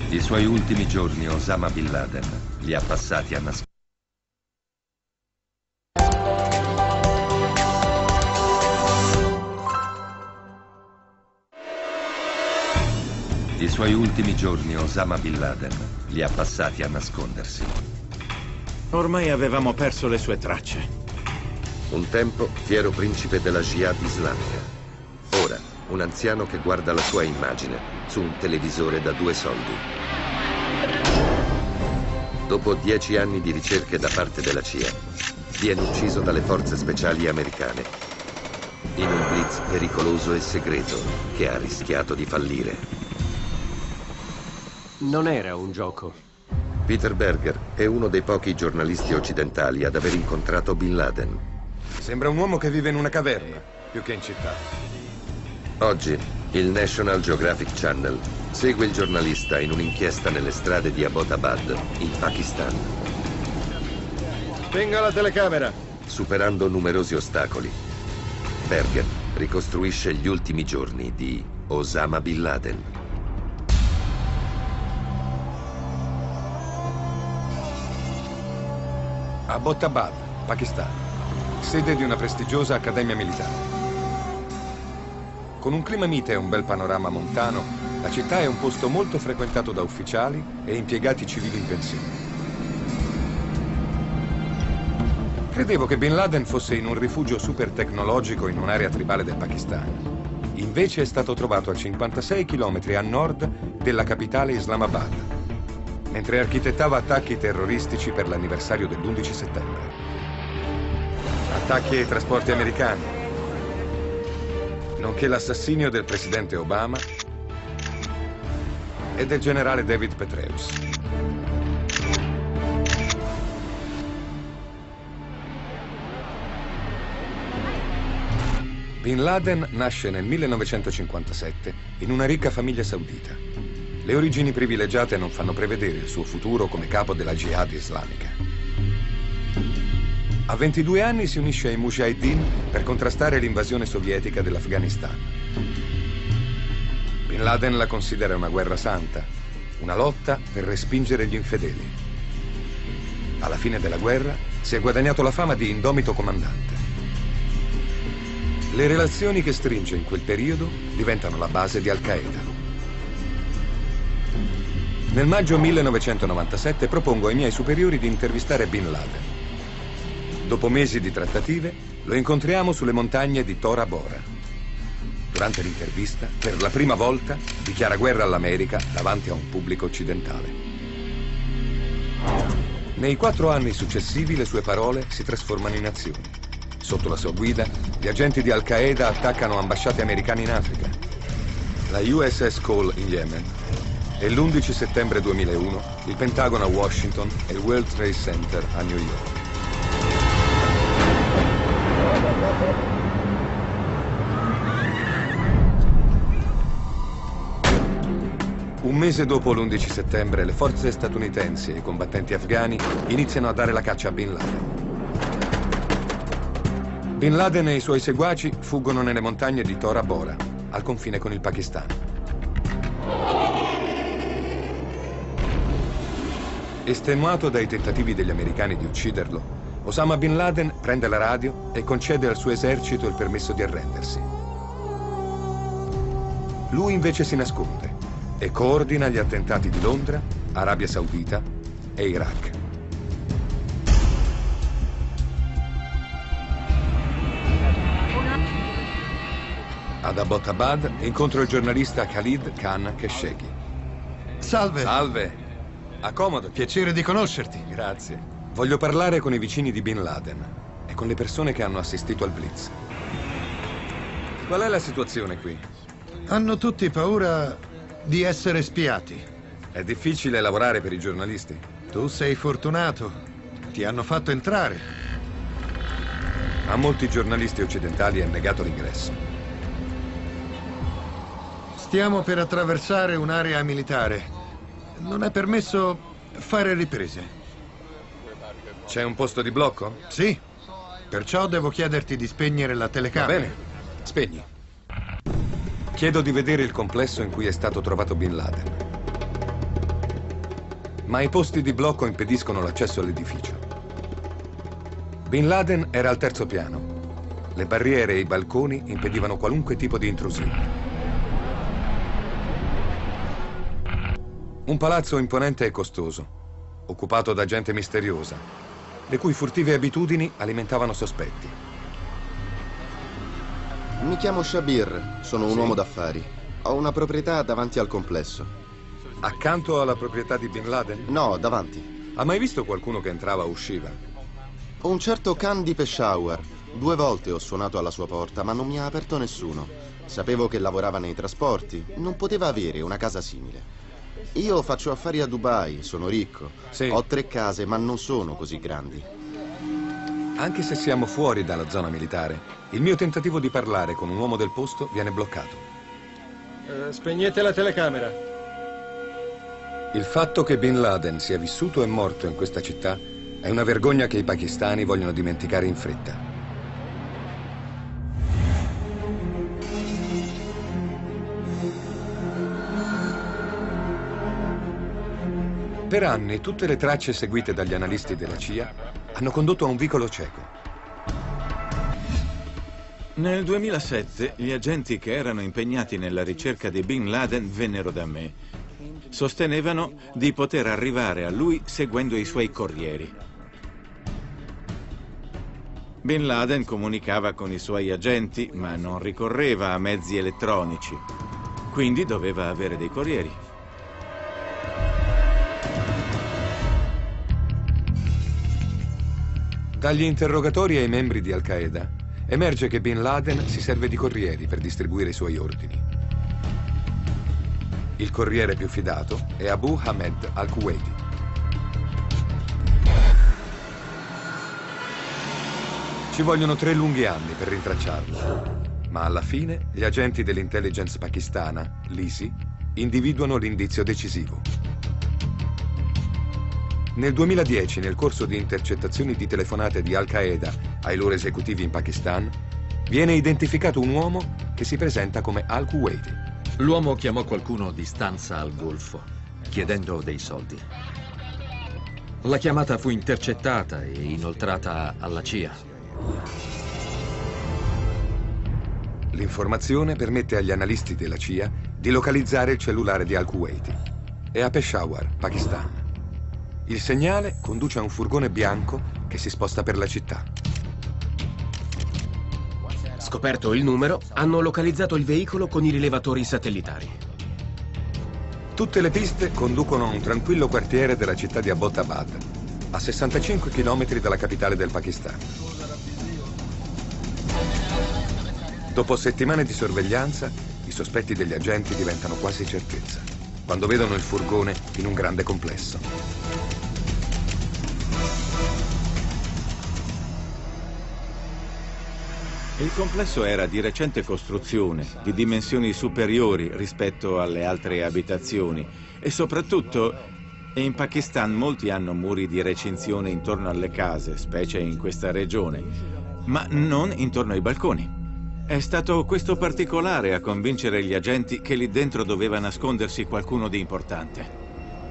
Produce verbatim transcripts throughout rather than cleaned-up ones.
I suoi ultimi giorni Osama Bin Laden li ha passati a nascondere. I suoi ultimi giorni Osama Bin Laden li ha passati a nascondersi. Ormai avevamo perso le sue tracce. Un tempo fiero principe della Jihad islamica. Ora un anziano che guarda la sua immagine su un televisore da due soldi. Dopo dieci anni di ricerche da parte della C I A, viene ucciso dalle forze speciali americane in un blitz pericoloso e segreto che ha rischiato di fallire. Non era un gioco. Peter Berger è uno dei pochi giornalisti occidentali ad aver incontrato Bin Laden. Sembra un uomo che vive in una caverna, più che in città. Oggi il National Geographic Channel segue il giornalista in un'inchiesta nelle strade di Abbottabad, in Pakistan. Venga la telecamera! Superando numerosi ostacoli, Berger ricostruisce gli ultimi giorni di Osama Bin Laden. Abbottabad, Pakistan, sede di una prestigiosa accademia militare. Con un clima mite e un bel panorama montano, la città è un posto molto frequentato da ufficiali e impiegati civili in pensione. Credevo che Bin Laden fosse in un rifugio super tecnologico in un'area tribale del Pakistan. Invece è stato trovato a cinquantasei chilometri a nord della capitale Islamabad, mentre architettava attacchi terroristici per l'anniversario dell'undici settembre. Attacchi ai trasporti americani, nonché l'assassinio del presidente Obama e del generale David Petraeus. Bin Laden nasce nel millenovecentocinquantasette in una ricca famiglia saudita. Le origini privilegiate non fanno prevedere il suo futuro come capo della Jihad islamica. A ventidue anni si unisce ai Mujahideen per contrastare l'invasione sovietica dell'Afghanistan. Bin Laden la considera una guerra santa, una lotta per respingere gli infedeli. Alla fine della guerra si è guadagnato la fama di indomito comandante. Le relazioni che stringe in quel periodo diventano la base di Al-Qaeda. Nel maggio millenovecentonovantasette propongo ai miei superiori di intervistare Bin Laden. Dopo mesi di trattative, lo incontriamo sulle montagne di Tora Bora. Durante l'intervista, per la prima volta, dichiara guerra all'America davanti a un pubblico occidentale. Nei quattro anni successivi le sue parole si trasformano in azioni. Sotto la sua guida, gli agenti di Al-Qaeda attaccano ambasciate americane in Africa, la U S S Cole in Yemen, e l'undici settembre duemilauno il Pentagono a Washington e il World Trade Center a New York. Un mese dopo l'undici settembre, le forze statunitensi e i combattenti afghani iniziano a dare la caccia a Bin Laden. Bin Laden e i suoi seguaci fuggono nelle montagne di Tora Bora, al confine con il Pakistan. Estenuato dai tentativi degli americani di ucciderlo, Osama Bin Laden prende la radio e concede al suo esercito il permesso di arrendersi. Lui invece si nasconde e coordina gli attentati di Londra, Arabia Saudita e Iraq. Ad Abbottabad incontro il giornalista Khalid Khan Kheshoggi. Salve. Salve. Accomodo. Piacere di conoscerti. Grazie. Voglio parlare con i vicini di Bin Laden e con le persone che hanno assistito al blitz. Qual è la situazione qui? Hanno tutti paura di essere spiati. È difficile lavorare per i giornalisti? Tu sei fortunato. Ti hanno fatto entrare. A molti giornalisti occidentali è negato l'ingresso. Stiamo per attraversare un'area militare. Non è permesso fare riprese. C'è un posto di blocco? Sì. Perciò devo chiederti di spegnere la telecamera. Va bene. Spegni. Chiedo di vedere il complesso in cui è stato trovato Bin Laden. ma i posti di blocco impediscono l'accesso all'edificio. Bin Laden era al terzo piano. Le barriere e i balconi impedivano qualunque tipo di intrusione. Un palazzo imponente e costoso, occupato da gente misteriosa, le cui furtive abitudini alimentavano sospetti. Mi chiamo Shabir, sono un Sì. uomo d'affari. Ho una proprietà davanti al complesso. Accanto alla proprietà di Bin Laden? No, davanti. Ha mai visto qualcuno che entrava o usciva? Un certo Khan di Peshawar. Due volte ho suonato alla sua porta, ma non mi ha aperto nessuno. Sapevo che lavorava nei trasporti. Non poteva avere una casa simile. Io faccio affari a Dubai, sono ricco. Sì. Ho tre case, ma non sono così grandi. Anche se siamo fuori dalla zona militare, il mio tentativo di parlare con un uomo del posto viene bloccato. Eh, spegnete la telecamera. Il fatto che Bin Laden sia vissuto e morto in questa città è una vergogna che i pakistani vogliono dimenticare in fretta. Per anni tutte le tracce seguite dagli analisti della C I A hanno condotto a un vicolo cieco. Nel duemilasette gli agenti che erano impegnati nella ricerca di Bin Laden vennero da me. Sostenevano di poter arrivare a lui seguendo i suoi corrieri. Bin Laden comunicava con i suoi agenti, ma non ricorreva a mezzi elettronici. Quindi doveva avere dei corrieri. Dagli interrogatori ai membri di Al-Qaeda emerge che Bin Laden si serve di corrieri per distribuire i suoi ordini. Il corriere più fidato è Abu Hamed al-Kuwaiti. Ci vogliono tre lunghi anni per rintracciarlo, ma alla fine gli agenti dell'intelligence pakistana, l'I S I, individuano l'indizio decisivo. Nel duemiladieci, nel corso di intercettazioni di telefonate di Al-Qaeda ai loro esecutivi in Pakistan, viene identificato un uomo che si presenta come al-Kuwaiti. L'uomo chiamò qualcuno di stanza al golfo, chiedendo dei soldi. La chiamata fu intercettata e inoltrata alla C I A. L'informazione permette agli analisti della C I A di localizzare il cellulare di al-Kuwaiti. È a Peshawar, Pakistan. Il segnale conduce a un furgone bianco che si sposta per la città. Scoperto il numero, hanno localizzato il veicolo con i rilevatori satellitari. Tutte le piste conducono a un tranquillo quartiere della città di Abbottabad, a sessantacinque chilometri dalla capitale del Pakistan. Dopo settimane di sorveglianza, i sospetti degli agenti diventano quasi certezza, quando vedono il furgone in un grande complesso. Il complesso era di recente costruzione, di dimensioni superiori rispetto alle altre abitazioni e soprattutto in Pakistan molti hanno muri di recinzione intorno alle case, specie in questa regione, ma non intorno ai balconi. È stato questo particolare a convincere gli agenti che lì dentro doveva nascondersi qualcuno di importante.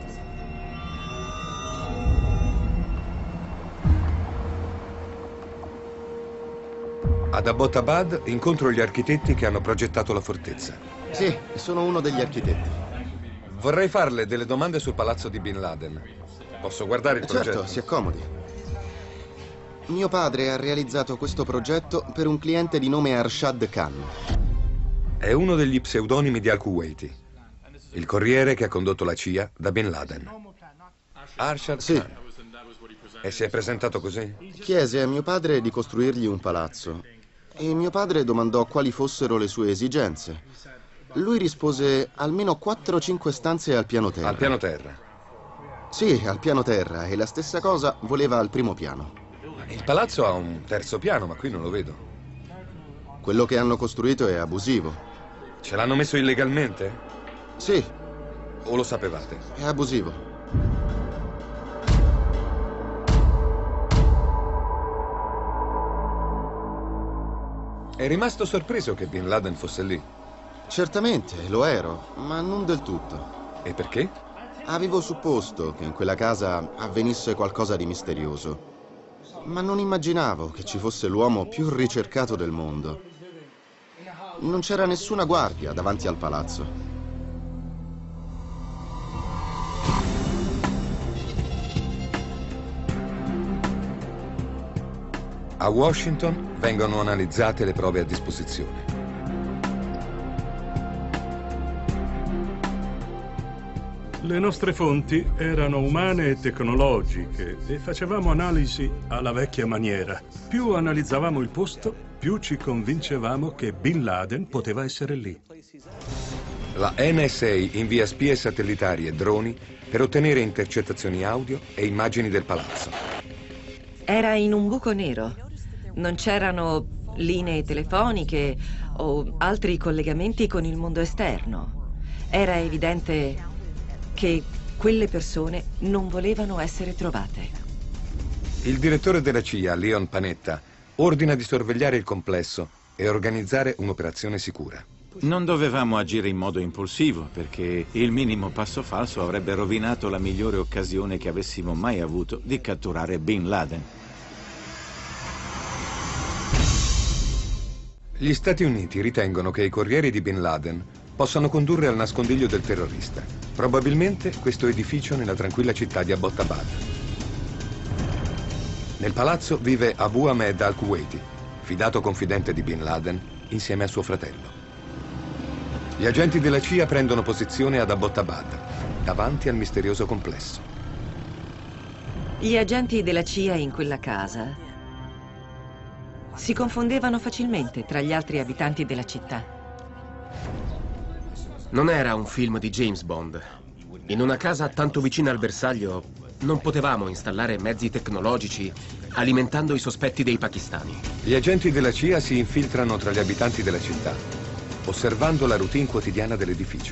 Ad Abbottabad incontro gli architetti che hanno progettato la fortezza. Sì, sono uno degli architetti. Vorrei farle delle domande sul palazzo di Bin Laden. Posso guardare il Certo, progetto? si accomodi. Mio padre ha realizzato questo progetto per un cliente di nome Arshad Khan. È uno degli pseudonimi di al-Kuwaiti, il corriere che ha condotto la C I A da Bin Laden. Arshad Sì. Khan. E si è presentato così? Chiese a mio padre di costruirgli un palazzo e mio padre domandò quali fossero le sue esigenze. Lui rispose almeno quattro o cinque stanze al piano terra. Al piano terra? Sì, al piano terra, e la stessa cosa voleva al primo piano. Il palazzo ha un terzo piano, ma qui non lo vedo. Quello che hanno costruito è abusivo. Ce l'hanno messo illegalmente? Sì, O lo sapevate? è abusivo. È rimasto sorpreso che Bin Laden fosse lì. Certamente, lo ero, ma non del tutto. E perché? Avevo supposto che in quella casa avvenisse qualcosa di misterioso, ma non immaginavo che ci fosse l'uomo più ricercato del mondo. Non c'era nessuna guardia davanti al palazzo. A Washington vengono analizzate le prove a disposizione. Le nostre fonti erano umane e tecnologiche e facevamo analisi alla vecchia maniera. Più analizzavamo il posto, più ci convincevamo che Bin Laden poteva essere lì. La N S A invia spie satellitari e droni per ottenere intercettazioni audio e immagini del palazzo. Era in un buco nero. Non c'erano linee telefoniche o altri collegamenti con il mondo esterno. Era evidente che quelle persone non volevano essere trovate. Il direttore della C I A, Leon Panetta, ordina di sorvegliare il complesso e organizzare un'operazione sicura. Non dovevamo agire in modo impulsivo, perché il minimo passo falso avrebbe rovinato la migliore occasione che avessimo mai avuto di catturare Bin Laden. Gli Stati Uniti ritengono che i corrieri di Bin Laden possano condurre al nascondiglio del terrorista, probabilmente questo edificio nella tranquilla città di Abbottabad. Nel palazzo vive Abu Ahmed al-Kuwaiti, fidato confidente di Bin Laden, insieme a suo fratello. Gli agenti della C I A prendono posizione ad Abbottabad, davanti al misterioso complesso. Gli agenti della C I A in quella casa si confondevano facilmente tra gli altri abitanti della città. Non era un film di James Bond. In una casa tanto vicina al bersaglio non potevamo installare mezzi tecnologici alimentando i sospetti dei pakistani. Gli agenti della C I A si infiltrano tra gli abitanti della città, osservando la routine quotidiana dell'edificio.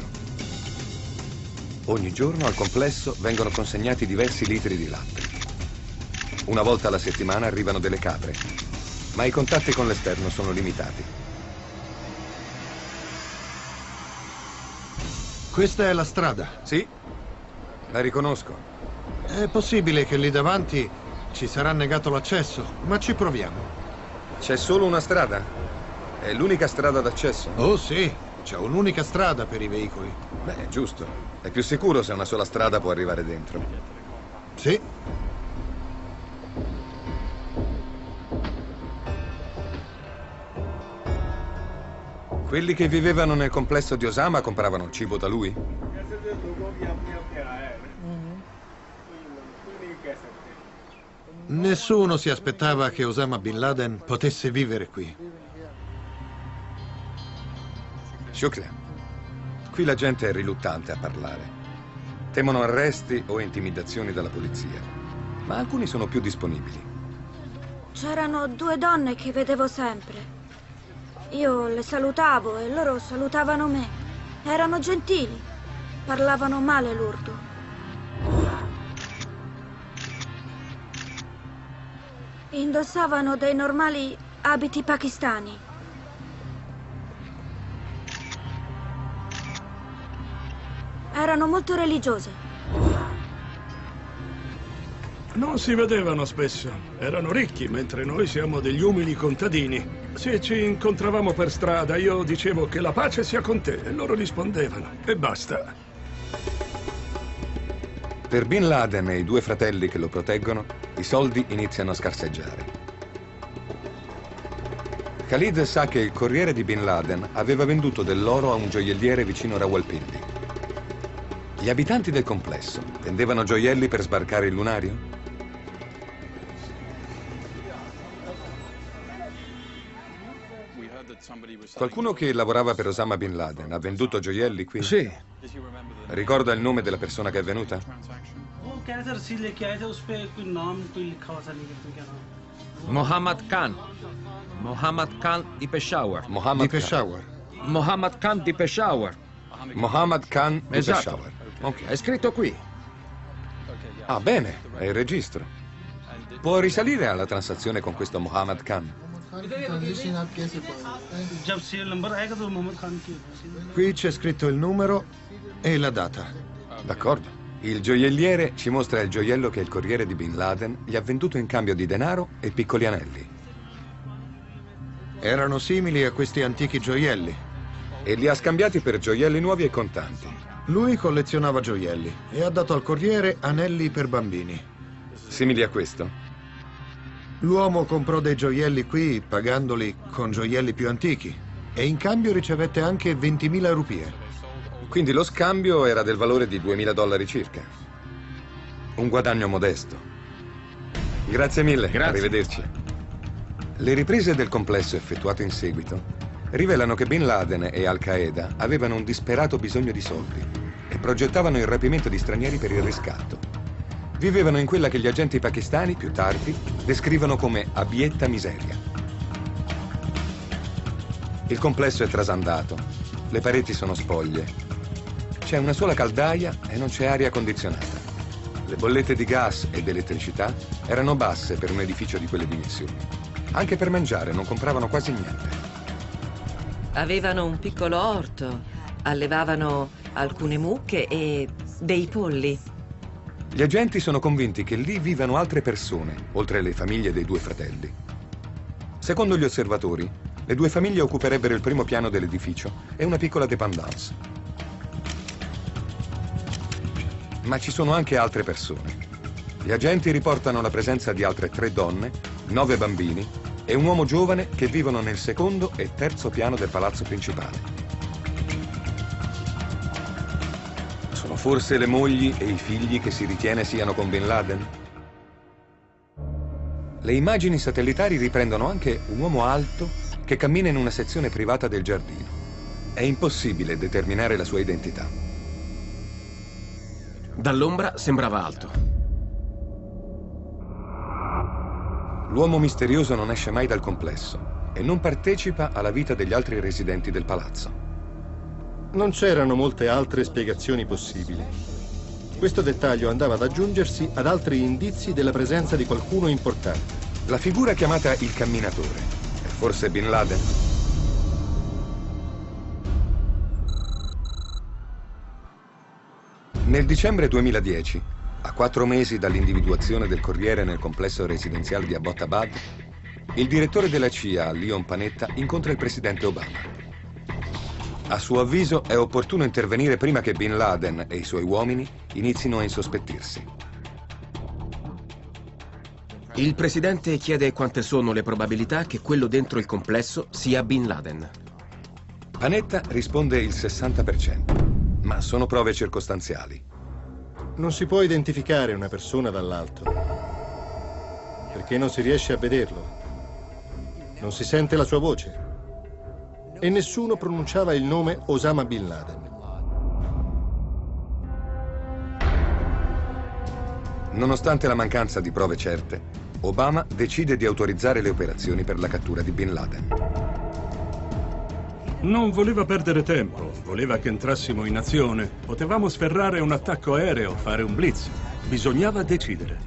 Ogni giorno al complesso vengono consegnati diversi litri di latte. Una volta alla settimana arrivano delle capre, ma i contatti con l'esterno sono limitati. Questa è la strada? Sì, la riconosco. È possibile che lì davanti ci sarà negato l'accesso, ma ci proviamo. C'è solo una strada? È l'unica strada d'accesso? Oh sì, c'è un'unica strada per i veicoli. Beh, è giusto. È più sicuro se una sola strada può arrivare dentro. Sì. Quelli che vivevano nel complesso di Osama compravano cibo da lui? Nessuno si aspettava che Osama Bin Laden potesse vivere qui. Shukla, qui la gente è riluttante a parlare. Temono arresti o intimidazioni dalla polizia, ma alcuni sono più disponibili. C'erano due donne che vedevo sempre. Io le salutavo e loro salutavano me. Erano gentili. Parlavano male l'urdu. Indossavano dei normali abiti pakistani. Erano molto religiose. Non si vedevano spesso. Erano ricchi, mentre noi siamo degli umili contadini. Se ci incontravamo per strada, io dicevo che la pace sia con te, e loro rispondevano. E basta. Per Bin Laden e i due fratelli che lo proteggono, i soldi iniziano a scarseggiare. Khalid sa che il corriere di Bin Laden aveva venduto dell'oro a un gioielliere vicino a Rawalpindi. Gli abitanti del complesso vendevano gioielli per sbarcare il lunario? Qualcuno che lavorava per Osama Bin Laden ha venduto gioielli qui? Sì. Ricorda il nome della persona che è venuta? Mohammad Khan. Mohammad Khan di Peshawar. Mohammad Di Peshawar. Mohammad Khan di Peshawar. Mohammad Khan di Esatto. Peshawar. Ok. È scritto qui. Ah, bene, è il registro. Può risalire alla transazione con questo Mohammad Khan? Qui c'è scritto il numero e la data. D'accordo. Il gioielliere ci mostra il gioiello che il corriere di Bin Laden gli ha venduto in cambio di denaro e piccoli anelli. Erano simili a questi antichi gioielli. E li ha scambiati per gioielli nuovi e contanti. Lui collezionava gioielli e ha dato al corriere anelli per bambini. Simili a questo? L'uomo comprò dei gioielli qui pagandoli con gioielli più antichi e in cambio ricevette anche ventimila rupie. Quindi lo scambio era del valore di duemila dollari circa. Un guadagno modesto. Grazie mille, Grazie. Arrivederci. Le riprese del complesso effettuate in seguito rivelano che Bin Laden e Al-Qaeda avevano un disperato bisogno di soldi e progettavano il rapimento di stranieri per il riscatto. Vivevano in quella che gli agenti pakistani, più tardi, descrivono come abietta miseria. Il complesso è trasandato, le pareti sono spoglie, c'è una sola caldaia e non c'è aria condizionata. Le bollette di gas ed elettricità erano basse per un edificio di quelle dimensioni. Anche per mangiare non compravano quasi niente. Avevano un piccolo orto, allevavano alcune mucche e dei polli. Gli agenti sono convinti che lì vivano altre persone, oltre alle famiglie dei due fratelli. Secondo gli osservatori, le due famiglie occuperebbero il primo piano dell'edificio e una piccola dépendance. Ma ci sono anche altre persone. Gli agenti riportano la presenza di altre tre donne, nove bambini e un uomo giovane che vivono nel secondo e terzo piano del palazzo principale. Sono forse le mogli e i figli che si ritiene siano con Bin Laden? Le immagini satellitari riprendono anche un uomo alto che cammina in una sezione privata del giardino. È impossibile determinare la sua identità. Dall'ombra sembrava alto. L'uomo misterioso non esce mai dal complesso e non partecipa alla vita degli altri residenti del palazzo. Non c'erano molte altre spiegazioni possibili. Questo dettaglio andava ad aggiungersi ad altri indizi della presenza di qualcuno importante. La figura chiamata il camminatore è forse Bin Laden? Nel dicembre duemiladieci, a quattro mesi dall'individuazione del corriere nel complesso residenziale di Abbottabad, il direttore della C I A, Leon Panetta, incontra il presidente Obama. A suo avviso è opportuno intervenire prima che Bin Laden e i suoi uomini inizino a insospettirsi. Il presidente chiede quante sono le probabilità che quello dentro il complesso sia Bin Laden. Panetta risponde il sessanta per cento, ma sono prove circostanziali. Non si può identificare una persona dall'alto, perché non si riesce a vederlo. Non si sente la sua voce. E nessuno pronunciava il nome Osama Bin Laden. Nonostante la mancanza di prove certe, Obama decide di autorizzare le operazioni per la cattura di Bin Laden. Non voleva perdere tempo, voleva che entrassimo in azione. Potevamo sferrare un attacco aereo, fare un blitz. Bisognava decidere.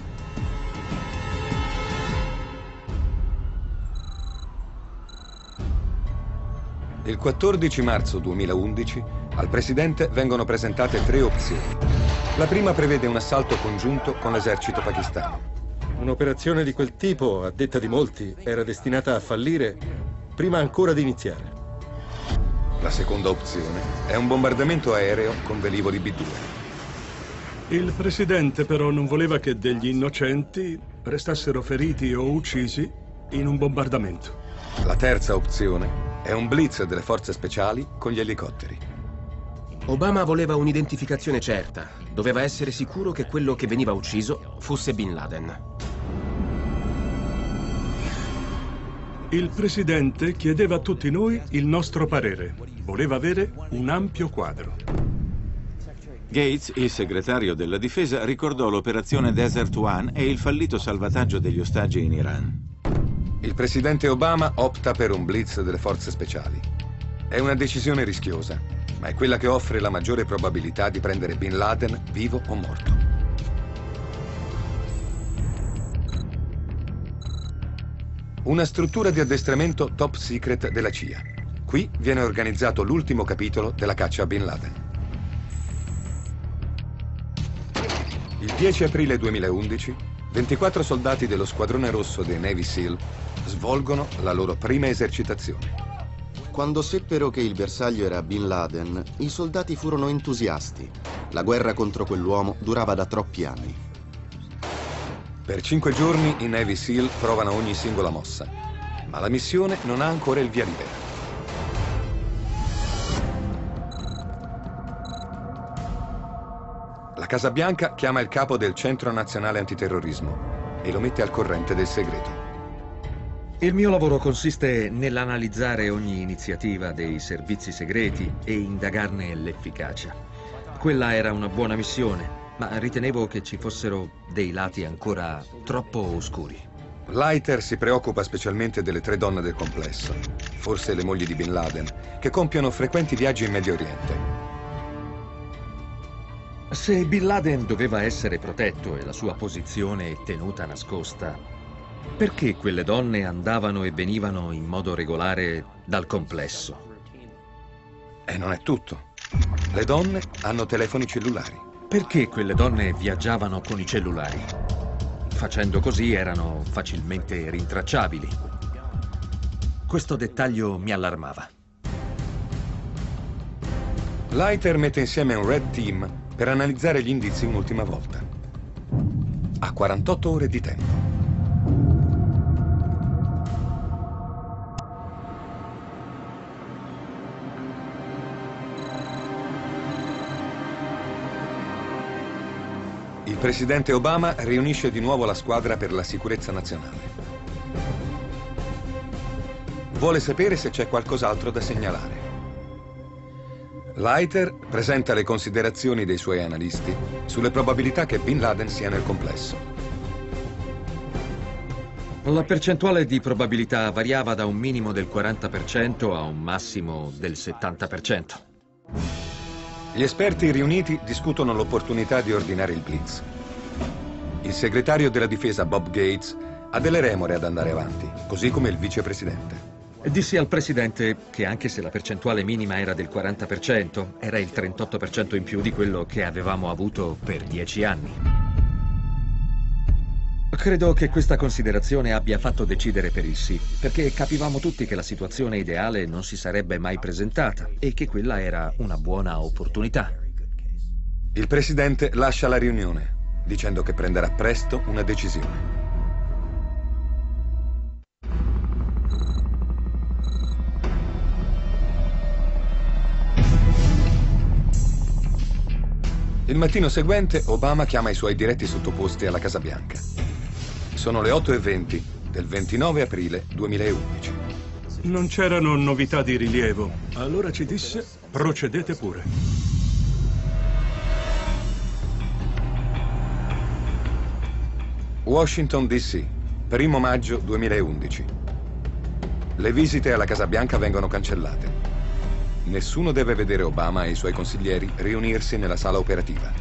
Il quattordici marzo duemilaundici al presidente vengono presentate tre opzioni. La prima prevede un assalto congiunto con l'esercito pakistano. Un'operazione di quel tipo, a detta di molti, era destinata a fallire prima ancora di iniziare. La seconda opzione è un bombardamento aereo con velivoli B due. Il presidente però non voleva che degli innocenti restassero feriti o uccisi in un bombardamento. La terza opzione è un blitz delle forze speciali con gli elicotteri. Obama voleva un'identificazione certa. Doveva essere sicuro che quello che veniva ucciso fosse Bin Laden. Il presidente chiedeva a tutti noi il nostro parere. Voleva avere un ampio quadro. Gates, il segretario della difesa, ricordò l'operazione Desert One e il fallito salvataggio degli ostaggi in Iran. Il presidente Obama opta per un blitz delle forze speciali. È una decisione rischiosa, ma è quella che offre la maggiore probabilità di prendere Bin Laden vivo o morto. Una struttura di addestramento top secret della C I A. Qui viene organizzato l'ultimo capitolo della caccia a Bin Laden. Il dieci aprile duemilaundici, ventiquattro soldati dello Squadrone Rosso dei Navy SEAL svolgono la loro prima esercitazione. Quando seppero che il bersaglio era Bin Laden, i soldati furono entusiasti. La guerra contro quell'uomo durava da troppi anni. Per cinque giorni i Navy SEAL provano ogni singola mossa, ma la missione non ha ancora il via libera. La Casa Bianca chiama il capo del Centro Nazionale Antiterrorismo e lo mette al corrente del segreto. Il mio lavoro consiste nell'analizzare ogni iniziativa dei servizi segreti e indagarne l'efficacia. Quella era una buona missione, ma ritenevo che ci fossero dei lati ancora troppo oscuri. Leiter si preoccupa specialmente delle tre donne del complesso, forse le mogli di Bin Laden, che compiono frequenti viaggi in Medio Oriente. Se Bin Laden doveva essere protetto e la sua posizione tenuta nascosta, perché quelle donne andavano e venivano in modo regolare dal complesso? E non è tutto. Le donne hanno telefoni cellulari. Perché quelle donne viaggiavano con i cellulari? Facendo così erano facilmente rintracciabili. Questo dettaglio mi allarmava. Leiter mette insieme un Red Team per analizzare gli indizi un'ultima volta. Ha quarantotto ore di tempo. Il presidente Obama riunisce di nuovo la squadra per la sicurezza nazionale. Vuole sapere se c'è qualcos'altro da segnalare. Leiter presenta le considerazioni dei suoi analisti sulle probabilità che Bin Laden sia nel complesso. La percentuale di probabilità variava da un minimo del quaranta per cento a un massimo del settanta per cento. Gli esperti riuniti discutono l'opportunità di ordinare il blitz. Il segretario della difesa Bob Gates ha delle remore ad andare avanti, così come il vicepresidente. Dissi al presidente che anche se la percentuale minima era del quaranta per cento, era il trentotto per cento in più di quello che avevamo avuto per dieci anni. Credo che questa considerazione abbia fatto decidere per il sì, perché capivamo tutti che la situazione ideale non si sarebbe mai presentata e che quella era una buona opportunità. Il presidente lascia la riunione, dicendo che prenderà presto una decisione. Il mattino seguente Obama chiama i suoi diretti sottoposti alla Casa Bianca. Sono le otto e venti del ventinove aprile duemilaundici. Non c'erano novità di rilievo. Allora ci disse, procedete pure. Washington D C, primo maggio duemilaundici. Le visite alla Casa Bianca vengono cancellate. Nessuno deve vedere Obama e i suoi consiglieri riunirsi nella sala operativa.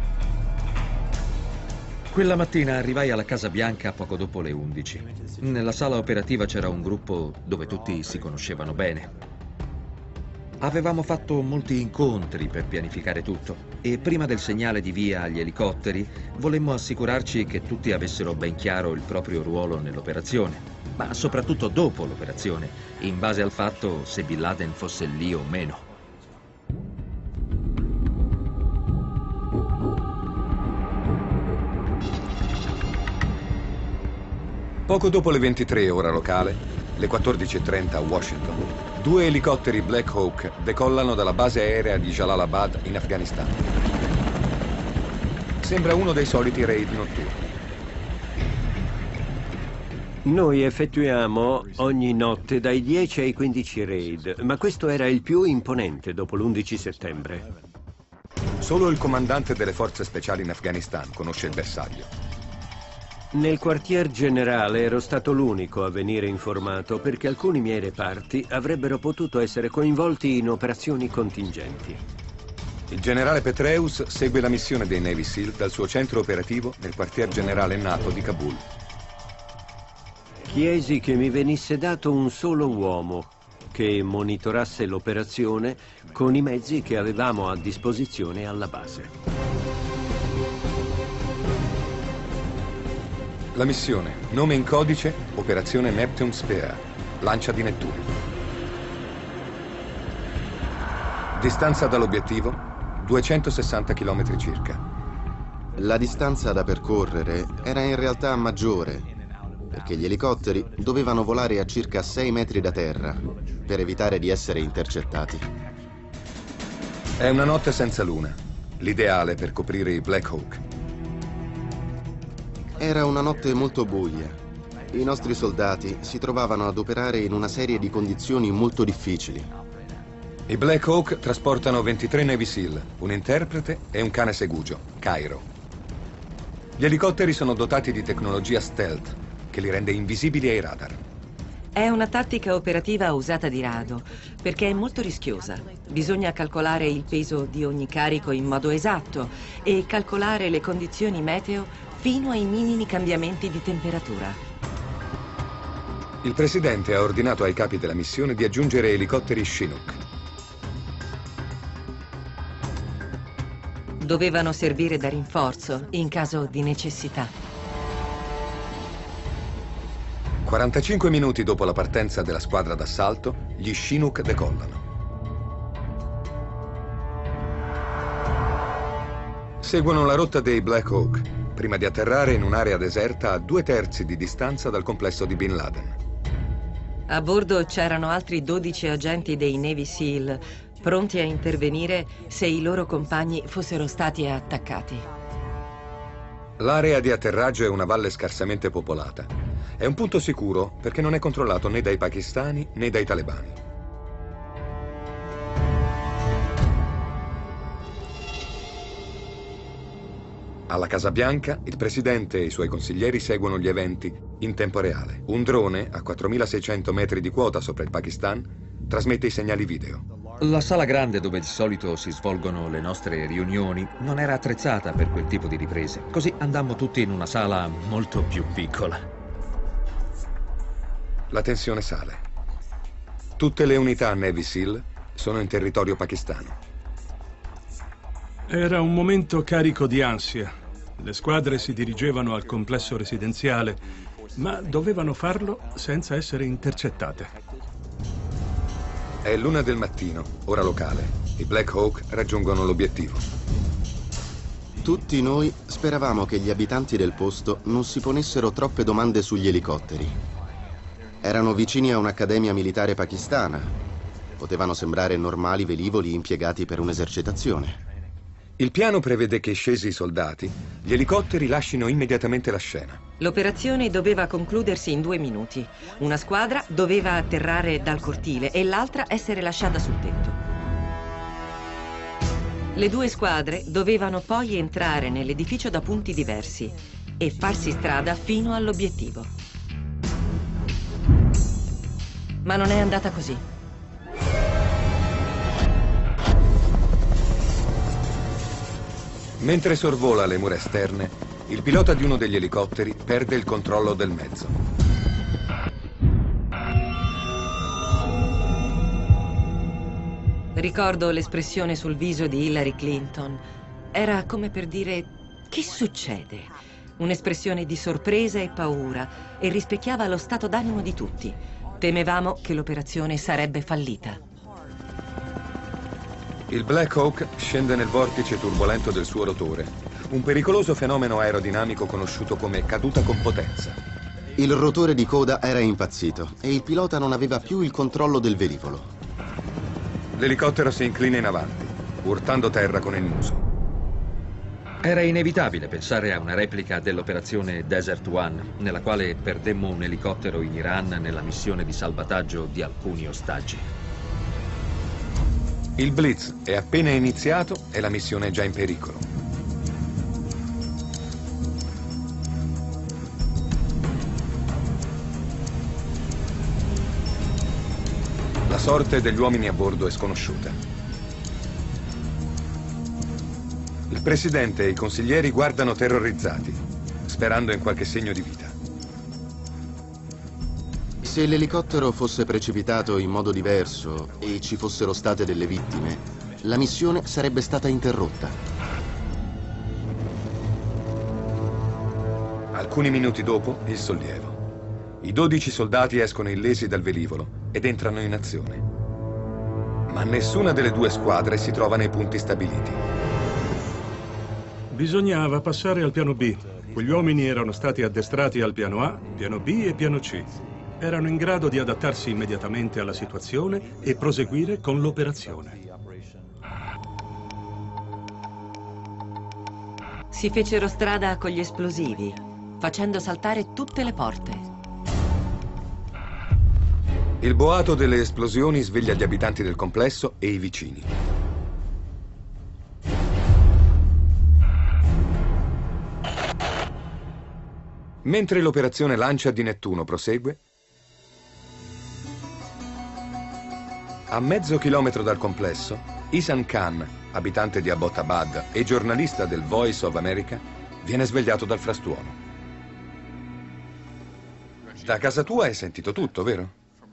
Quella mattina arrivai alla Casa Bianca poco dopo le undici. Nella sala operativa c'era un gruppo dove tutti si conoscevano bene. Avevamo fatto molti incontri per pianificare tutto e prima del segnale di via agli elicotteri volemmo assicurarci che tutti avessero ben chiaro il proprio ruolo nell'operazione, ma soprattutto dopo l'operazione, in base al fatto se Bin Laden fosse lì o meno. Poco dopo le ventitré ora locale, le quattordici e trenta a Washington, due elicotteri Black Hawk decollano dalla base aerea di Jalalabad in Afghanistan. Sembra uno dei soliti raid notturni. Noi effettuiamo ogni notte dai dieci ai quindici raid, ma questo era il più imponente dopo l'undici settembre. Solo il comandante delle forze speciali in Afghanistan conosce il bersaglio. Nel quartier generale ero stato l'unico a venire informato perché alcuni miei reparti avrebbero potuto essere coinvolti in operazioni contingenti. Il generale Petraeus segue la missione dei Navy SEAL dal suo centro operativo nel quartier generale NATO di Kabul. Chiesi che mi venisse dato un solo uomo che monitorasse l'operazione con i mezzi che avevamo a disposizione alla base. La missione, nome in codice, Operazione Neptune Spear, lancia di Nettuno. Distanza dall'obiettivo, duecentosessanta chilometri circa. La distanza da percorrere era in realtà maggiore, perché gli elicotteri dovevano volare a circa sei metri da terra per evitare di essere intercettati. È una notte senza luna, l'ideale per coprire i Black Hawk. Era una notte molto buia. I nostri soldati si trovavano ad operare in una serie di condizioni molto difficili. I Black Hawk trasportano ventitré Navy SEAL, un interprete e un cane segugio, Cairo. Gli elicotteri sono dotati di tecnologia stealth, che li rende invisibili ai radar. È una tattica operativa usata di rado, perché è molto rischiosa. Bisogna calcolare il peso di ogni carico in modo esatto e calcolare le condizioni meteo fino ai minimi cambiamenti di temperatura. Il presidente ha ordinato ai capi della missione di aggiungere elicotteri Chinook. Dovevano servire da rinforzo in caso di necessità. quarantacinque minuti dopo la partenza della squadra d'assalto, gli Chinook decollano. Seguono la rotta dei Black Hawk, prima di atterrare in un'area deserta a due terzi di distanza dal complesso di Bin Laden. A bordo c'erano altri dodici agenti dei Navy SEAL, pronti a intervenire se i loro compagni fossero stati attaccati. L'area di atterraggio è una valle scarsamente popolata. È un punto sicuro perché non è controllato né dai pakistani né dai talebani. Alla Casa Bianca, il presidente e i suoi consiglieri seguono gli eventi in tempo reale. Un drone a quattromilaseicento metri di quota sopra il Pakistan trasmette i segnali video. La sala grande dove di solito si svolgono le nostre riunioni non era attrezzata per quel tipo di riprese, così andammo tutti in una sala molto più piccola. La tensione sale. Tutte le unità Navy SEAL sono in territorio pakistano. Era un momento carico di ansia. Le squadre si dirigevano al complesso residenziale, ma dovevano farlo senza essere intercettate. È l'una del mattino, ora locale. I Black Hawk raggiungono l'obiettivo. Tutti noi speravamo che gli abitanti del posto non si ponessero troppe domande sugli elicotteri. Erano vicini a un'accademia militare pakistana. Potevano sembrare normali velivoli impiegati per un'esercitazione. Il piano prevede che, scesi i soldati, gli elicotteri lascino immediatamente la scena. L'operazione doveva concludersi in due minuti. Una squadra doveva atterrare dal cortile e l'altra essere lasciata sul tetto. Le due squadre dovevano poi entrare nell'edificio da punti diversi e farsi strada fino all'obiettivo. Ma non è andata così. Mentre sorvola le mura esterne, il pilota di uno degli elicotteri perde il controllo del mezzo. Ricordo l'espressione sul viso di Hillary Clinton. Era come per dire: che succede? Un'espressione di sorpresa e paura e rispecchiava lo stato d'animo di tutti. Temevamo che l'operazione sarebbe fallita. Il Black Hawk scende nel vortice turbolento del suo rotore, un pericoloso fenomeno aerodinamico conosciuto come caduta con potenza. Il rotore di coda era impazzito e il pilota non aveva più il controllo del velivolo. L'elicottero si inclina in avanti, urtando terra con il muso. Era inevitabile pensare a una replica dell'operazione Desert One, nella quale perdemmo un elicottero in Iran nella missione di salvataggio di alcuni ostaggi. Il blitz è appena iniziato e la missione è già in pericolo. La sorte degli uomini a bordo è sconosciuta. Il presidente e i consiglieri guardano terrorizzati, sperando in qualche segno di vita. Se l'elicottero fosse precipitato in modo diverso e ci fossero state delle vittime, la missione sarebbe stata interrotta. Alcuni minuti dopo, il sollievo. I dodici soldati escono illesi dal velivolo ed entrano in azione. Ma nessuna delle due squadre si trova nei punti stabiliti. Bisognava passare al piano B. Quegli uomini erano stati addestrati al piano A, piano B e piano C. Erano in grado di adattarsi immediatamente alla situazione e proseguire con l'operazione. Si fecero strada con gli esplosivi, facendo saltare tutte le porte. Il boato delle esplosioni sveglia gli abitanti del complesso e i vicini. Mentre l'operazione Lancia di Nettuno prosegue, a mezzo chilometro dal complesso, Ihsan Khan, abitante di Abbottabad e giornalista del Voice of America, viene svegliato dal frastuono. Da casa tua hai sentito tutto, vero?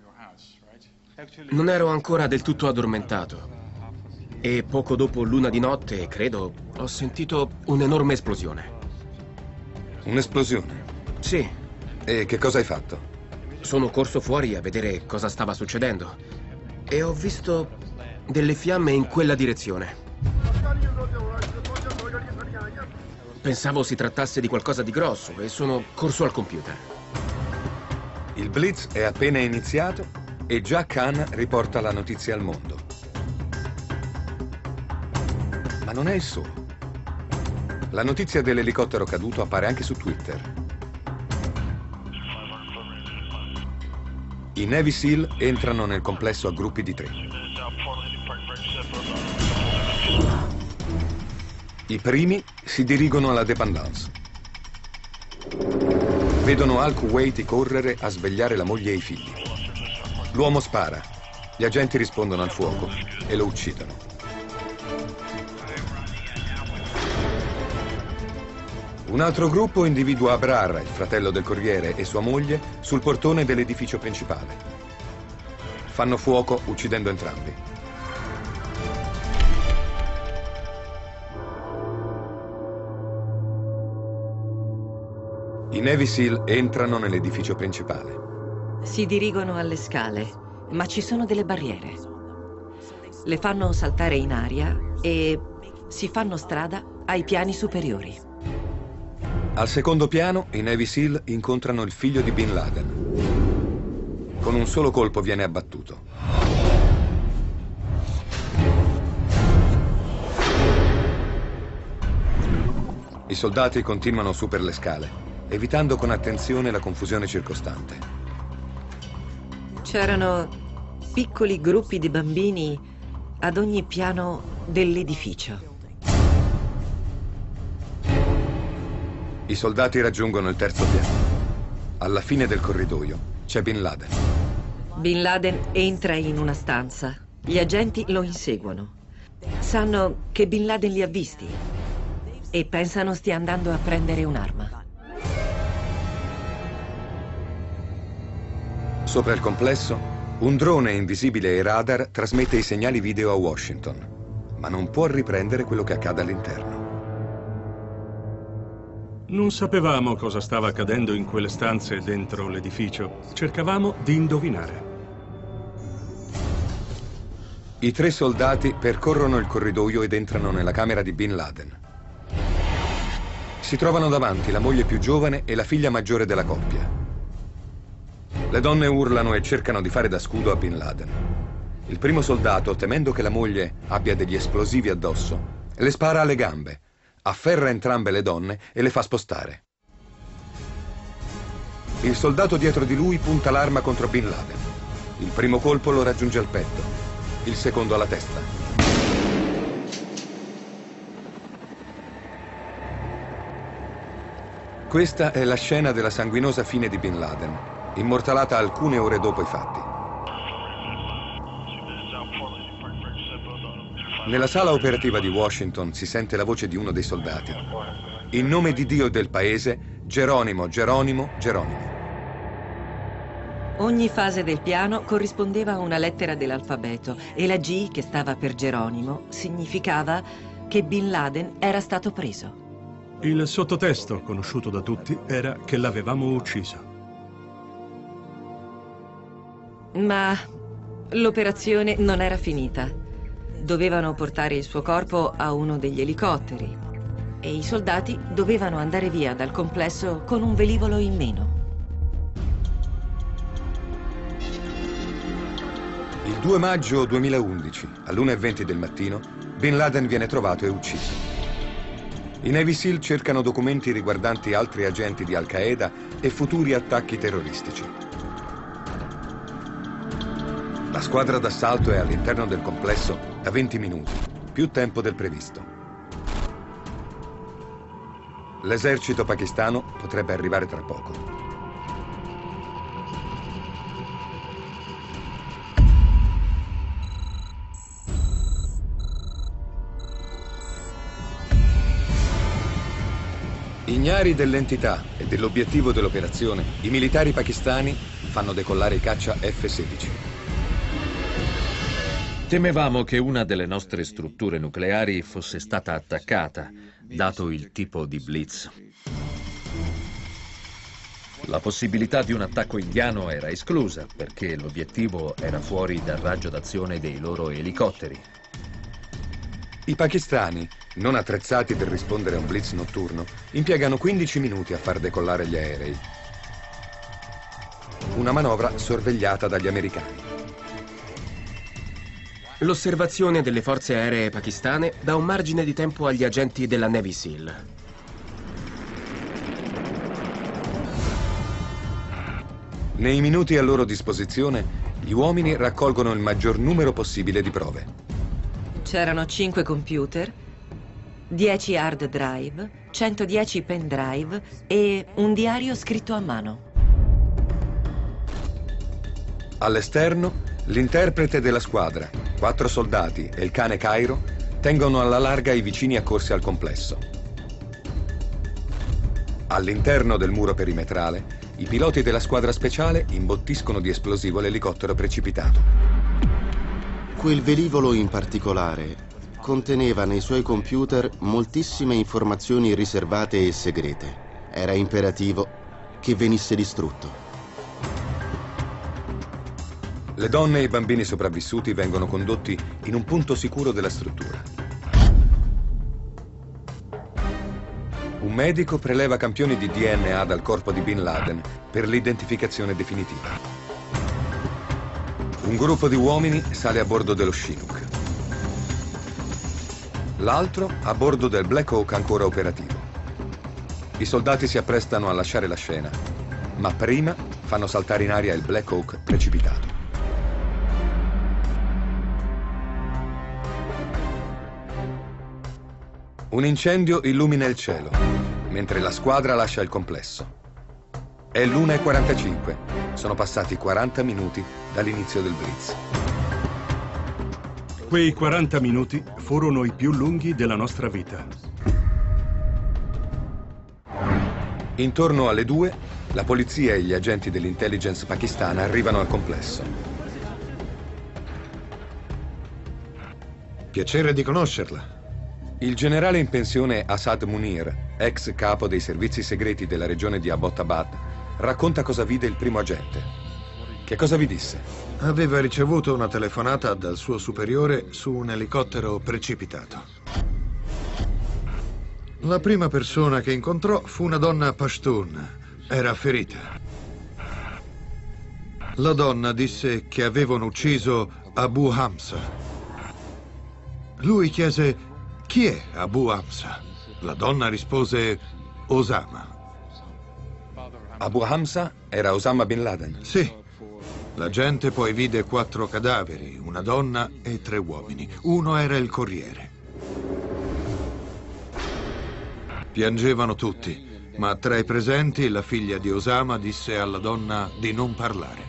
Non ero ancora del tutto addormentato. E poco dopo l'una di notte, credo, ho sentito un'enorme esplosione. Un'esplosione? Sì. E che cosa hai fatto? Sono corso fuori a vedere cosa stava succedendo e ho visto delle fiamme in quella direzione. Pensavo si trattasse di qualcosa di grosso e sono corso al computer. Il blitz è appena iniziato e già Khan riporta la notizia al mondo. Ma non è il solo. La notizia dell'elicottero caduto appare anche su Twitter. I Navy SEAL entrano nel complesso a gruppi di tre. I primi si dirigono alla dépendance. Vedono Al Kuwaiti correre a svegliare la moglie e i figli. L'uomo spara, gli agenti rispondono al fuoco e lo uccidono. Un altro gruppo individua Abrar, il fratello del corriere, e sua moglie sul portone dell'edificio principale. Fanno fuoco uccidendo entrambi. I Navy SEAL entrano nell'edificio principale. Si dirigono alle scale, ma ci sono delle barriere. Le fanno saltare in aria e si fanno strada ai piani superiori. Al secondo piano, i Navy SEAL incontrano il figlio di Bin Laden. Con un solo colpo viene abbattuto. I soldati continuano su per le scale, evitando con attenzione la confusione circostante. C'erano piccoli gruppi di bambini ad ogni piano dell'edificio. I soldati raggiungono il terzo piano. Alla fine del corridoio c'è Bin Laden. Bin Laden entra in una stanza. Gli agenti lo inseguono. Sanno che Bin Laden li ha visti e pensano stia andando a prendere un'arma. Sopra il complesso, un drone invisibile ai radar trasmette i segnali video a Washington, ma non può riprendere quello che accade all'interno. Non sapevamo cosa stava accadendo in quelle stanze dentro l'edificio. Cercavamo di indovinare. I tre soldati percorrono il corridoio ed entrano nella camera di Bin Laden. Si trovano davanti la moglie più giovane e la figlia maggiore della coppia. Le donne urlano e cercano di fare da scudo a Bin Laden. Il primo soldato, temendo che la moglie abbia degli esplosivi addosso, le spara alle gambe, afferra entrambe le donne e le fa spostare. Il soldato dietro di lui punta l'arma contro Bin Laden. Il primo colpo lo raggiunge al petto, il secondo alla testa. Questa è la scena della sanguinosa fine di Bin Laden, immortalata alcune ore dopo i fatti. Nella sala operativa di Washington si sente la voce di uno dei soldati. In nome di Dio e del paese, Geronimo, Geronimo, Geronimo. Ogni fase del piano corrispondeva a una lettera dell'alfabeto e la G, che stava per Geronimo, significava che Bin Laden era stato preso. Il sottotesto, conosciuto da tutti, era che l'avevamo ucciso. Ma l'operazione non era finita. Dovevano portare il suo corpo a uno degli elicotteri e i soldati dovevano andare via dal complesso con un velivolo in meno. Il due maggio duemilaundici, all'una e venti del mattino, Bin Laden viene trovato e ucciso. I Navy SEAL cercano documenti riguardanti altri agenti di Al-Qaeda e futuri attacchi terroristici. La squadra d'assalto è all'interno del complesso da venti minuti, più tempo del previsto. L'esercito pakistano potrebbe arrivare tra poco. Ignari dell'entità e dell'obiettivo dell'operazione, i militari pakistani fanno decollare i caccia F sedici. Temevamo che una delle nostre strutture nucleari fosse stata attaccata, dato il tipo di blitz. La possibilità di un attacco indiano era esclusa, perché l'obiettivo era fuori dal raggio d'azione dei loro elicotteri. I pakistani, non attrezzati per rispondere a un blitz notturno, impiegano quindici minuti a far decollare gli aerei. Una manovra sorvegliata dagli americani. L'osservazione delle forze aeree pakistane dà un margine di tempo agli agenti della Navy SEAL. Nei minuti a loro disposizione, gli uomini raccolgono il maggior numero possibile di prove. C'erano cinque computer, dieci hard drive, centodieci pen drive e un diario scritto a mano. All'esterno, l'interprete della squadra, quattro soldati e il cane Cairo tengono alla larga i vicini accorsi al complesso. All'interno del muro perimetrale, i piloti della squadra speciale imbottiscono di esplosivo l'elicottero precipitato. Quel velivolo in particolare conteneva nei suoi computer moltissime informazioni riservate e segrete. Era imperativo che venisse distrutto. Le donne e i bambini sopravvissuti vengono condotti in un punto sicuro della struttura. Un medico preleva campioni di D N A dal corpo di Bin Laden per l'identificazione definitiva. Un gruppo di uomini sale a bordo dello Chinook. L'altro a bordo del Black Hawk ancora operativo. I soldati si apprestano a lasciare la scena, ma prima fanno saltare in aria il Black Hawk precipitato. Un incendio illumina il cielo, mentre la squadra lascia il complesso. È l'una e quarantacinque. Sono passati quaranta minuti dall'inizio del blitz. Quei quaranta minuti furono i più lunghi della nostra vita. Intorno alle due, la polizia e gli agenti dell'intelligence pakistana arrivano al complesso. Piacere di conoscerla. Il generale in pensione Asad Munir, ex capo dei servizi segreti della regione di Abbottabad, racconta cosa vide il primo agente. Che cosa vi disse? Aveva ricevuto una telefonata dal suo superiore su un elicottero precipitato. La prima persona che incontrò fu una donna Pashtun. Era ferita. La donna disse che avevano ucciso Abu Hamza. Lui chiese: chi è Abu Hamza? La donna rispose: Osama. Abu Hamza era Osama Bin Laden? Sì. L'agente poi vide quattro cadaveri, una donna e tre uomini. Uno era il corriere. Piangevano tutti, ma tra i presenti la figlia di Osama disse alla donna di non parlare.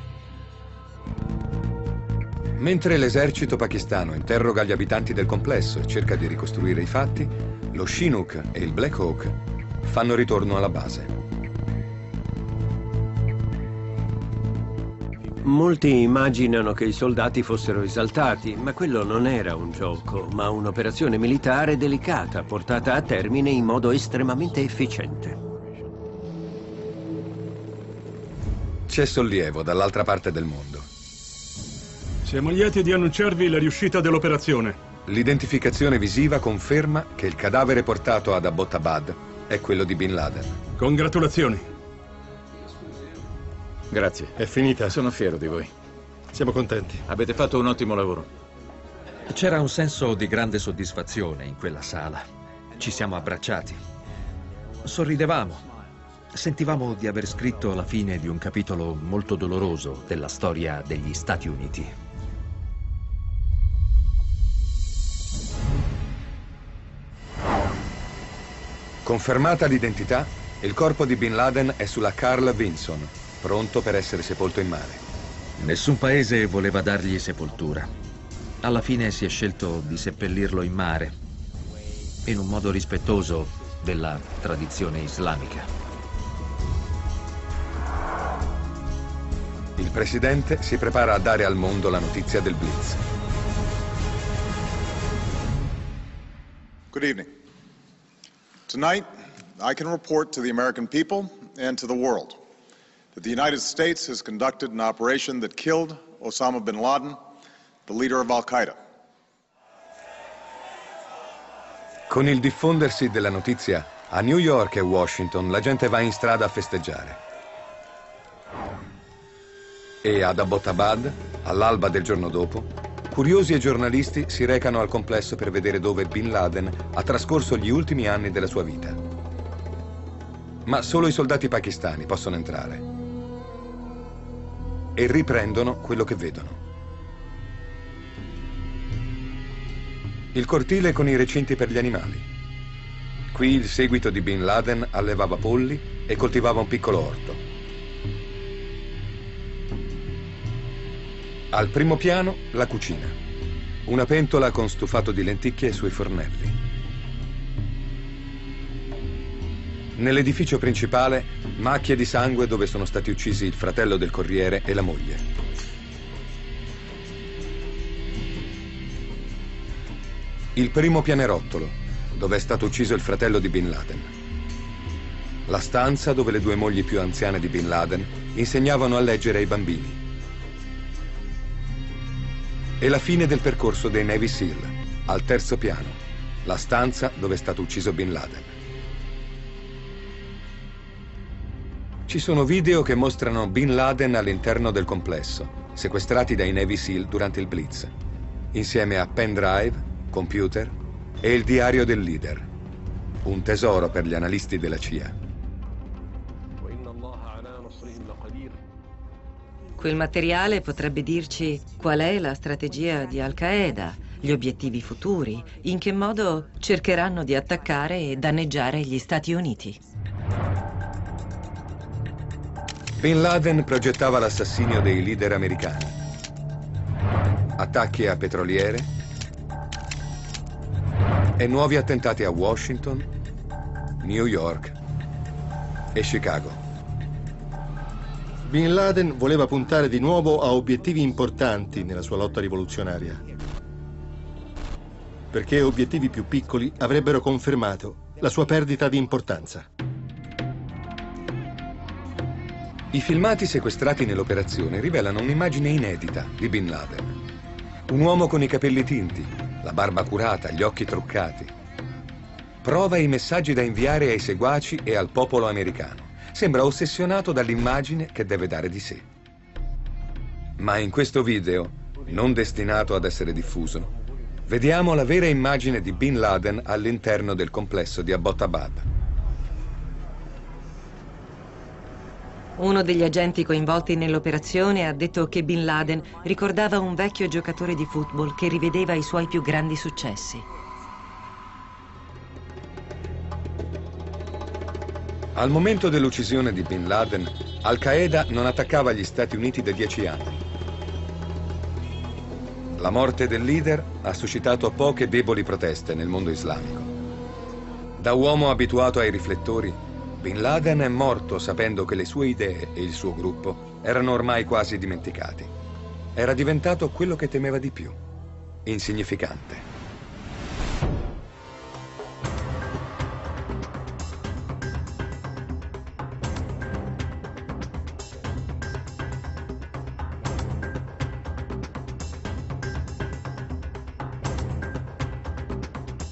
Mentre l'esercito pakistano interroga gli abitanti del complesso e cerca di ricostruire i fatti, lo Chinook e il Black Hawk fanno ritorno alla base. Molti immaginano che i soldati fossero esaltati, ma quello non era un gioco, ma un'operazione militare delicata, portata a termine in modo estremamente efficiente. C'è sollievo dall'altra parte del mondo. Siamo lieti di annunciarvi la riuscita dell'operazione. L'identificazione visiva conferma che il cadavere portato ad Abbottabad è quello di Bin Laden. Congratulazioni. Grazie. È finita. Sono fiero di voi. Siamo contenti. Avete fatto un ottimo lavoro. C'era un senso di grande soddisfazione in quella sala. Ci siamo abbracciati. Sorridevamo. Sentivamo di aver scritto la fine di un capitolo molto doloroso della storia degli Stati Uniti. Confermata l'identità, il corpo di Bin Laden è sulla Carl Vinson, pronto per essere sepolto in mare. Nessun paese voleva dargli sepoltura. Alla fine si è scelto di seppellirlo in mare, in un modo rispettoso della tradizione islamica. Il presidente si prepara a dare al mondo la notizia del Blitz. Good evening. Tonight, I can report to the American people and to the world that the United States has conducted an operation that killed Osama bin Laden, the leader of Al-Qaeda. Con il diffondersi della notizia, a New York e Washington la gente va in strada a festeggiare. E ad Abbottabad, all'alba del giorno dopo, curiosi e giornalisti si recano al complesso per vedere dove Bin Laden ha trascorso gli ultimi anni della sua vita. Ma solo i soldati pakistani possono entrare. E riprendono quello che vedono. Il cortile con i recinti per gli animali. Qui il seguito di Bin Laden allevava polli e coltivava un piccolo orto. Al primo piano, la cucina. Una pentola con stufato di lenticchie sui fornelli. Nell'edificio principale, macchie di sangue dove sono stati uccisi il fratello del corriere e la moglie. Il primo pianerottolo, dove è stato ucciso il fratello di Bin Laden. La stanza dove le due mogli più anziane di Bin Laden insegnavano a leggere ai bambini. E la fine del percorso dei Navy SEAL, al terzo piano, la stanza dove è stato ucciso Bin Laden. Ci sono video che mostrano Bin Laden all'interno del complesso, sequestrati dai Navy SEAL durante il Blitz, insieme a pendrive, computer e il diario del leader, un tesoro per gli analisti della C I A. Quel materiale potrebbe dirci qual è la strategia di Al-Qaeda, gli obiettivi futuri, in che modo cercheranno di attaccare e danneggiare gli Stati Uniti. Bin Laden progettava l'assassinio dei leader americani. Attacchi a petroliere e nuovi attentati a Washington, New York e Chicago. Bin Laden voleva puntare di nuovo a obiettivi importanti nella sua lotta rivoluzionaria, perché obiettivi più piccoli avrebbero confermato la sua perdita di importanza. I filmati sequestrati nell'operazione rivelano un'immagine inedita di Bin Laden. Un uomo con i capelli tinti, la barba curata, gli occhi truccati. Prova i messaggi da inviare ai seguaci e al popolo americano. Sembra ossessionato dall'immagine che deve dare di sé. Ma in questo video, non destinato ad essere diffuso, vediamo la vera immagine di Bin Laden all'interno del complesso di Abbottabad. Uno degli agenti coinvolti nell'operazione ha detto che Bin Laden ricordava un vecchio giocatore di football che rivedeva i suoi più grandi successi. Al momento dell'uccisione di Bin Laden, Al-Qaeda non attaccava gli Stati Uniti da dieci anni. La morte del leader ha suscitato poche deboli proteste nel mondo islamico. Da uomo abituato ai riflettori, Bin Laden è morto sapendo che le sue idee e il suo gruppo erano ormai quasi dimenticati. Era diventato quello che temeva di più, insignificante.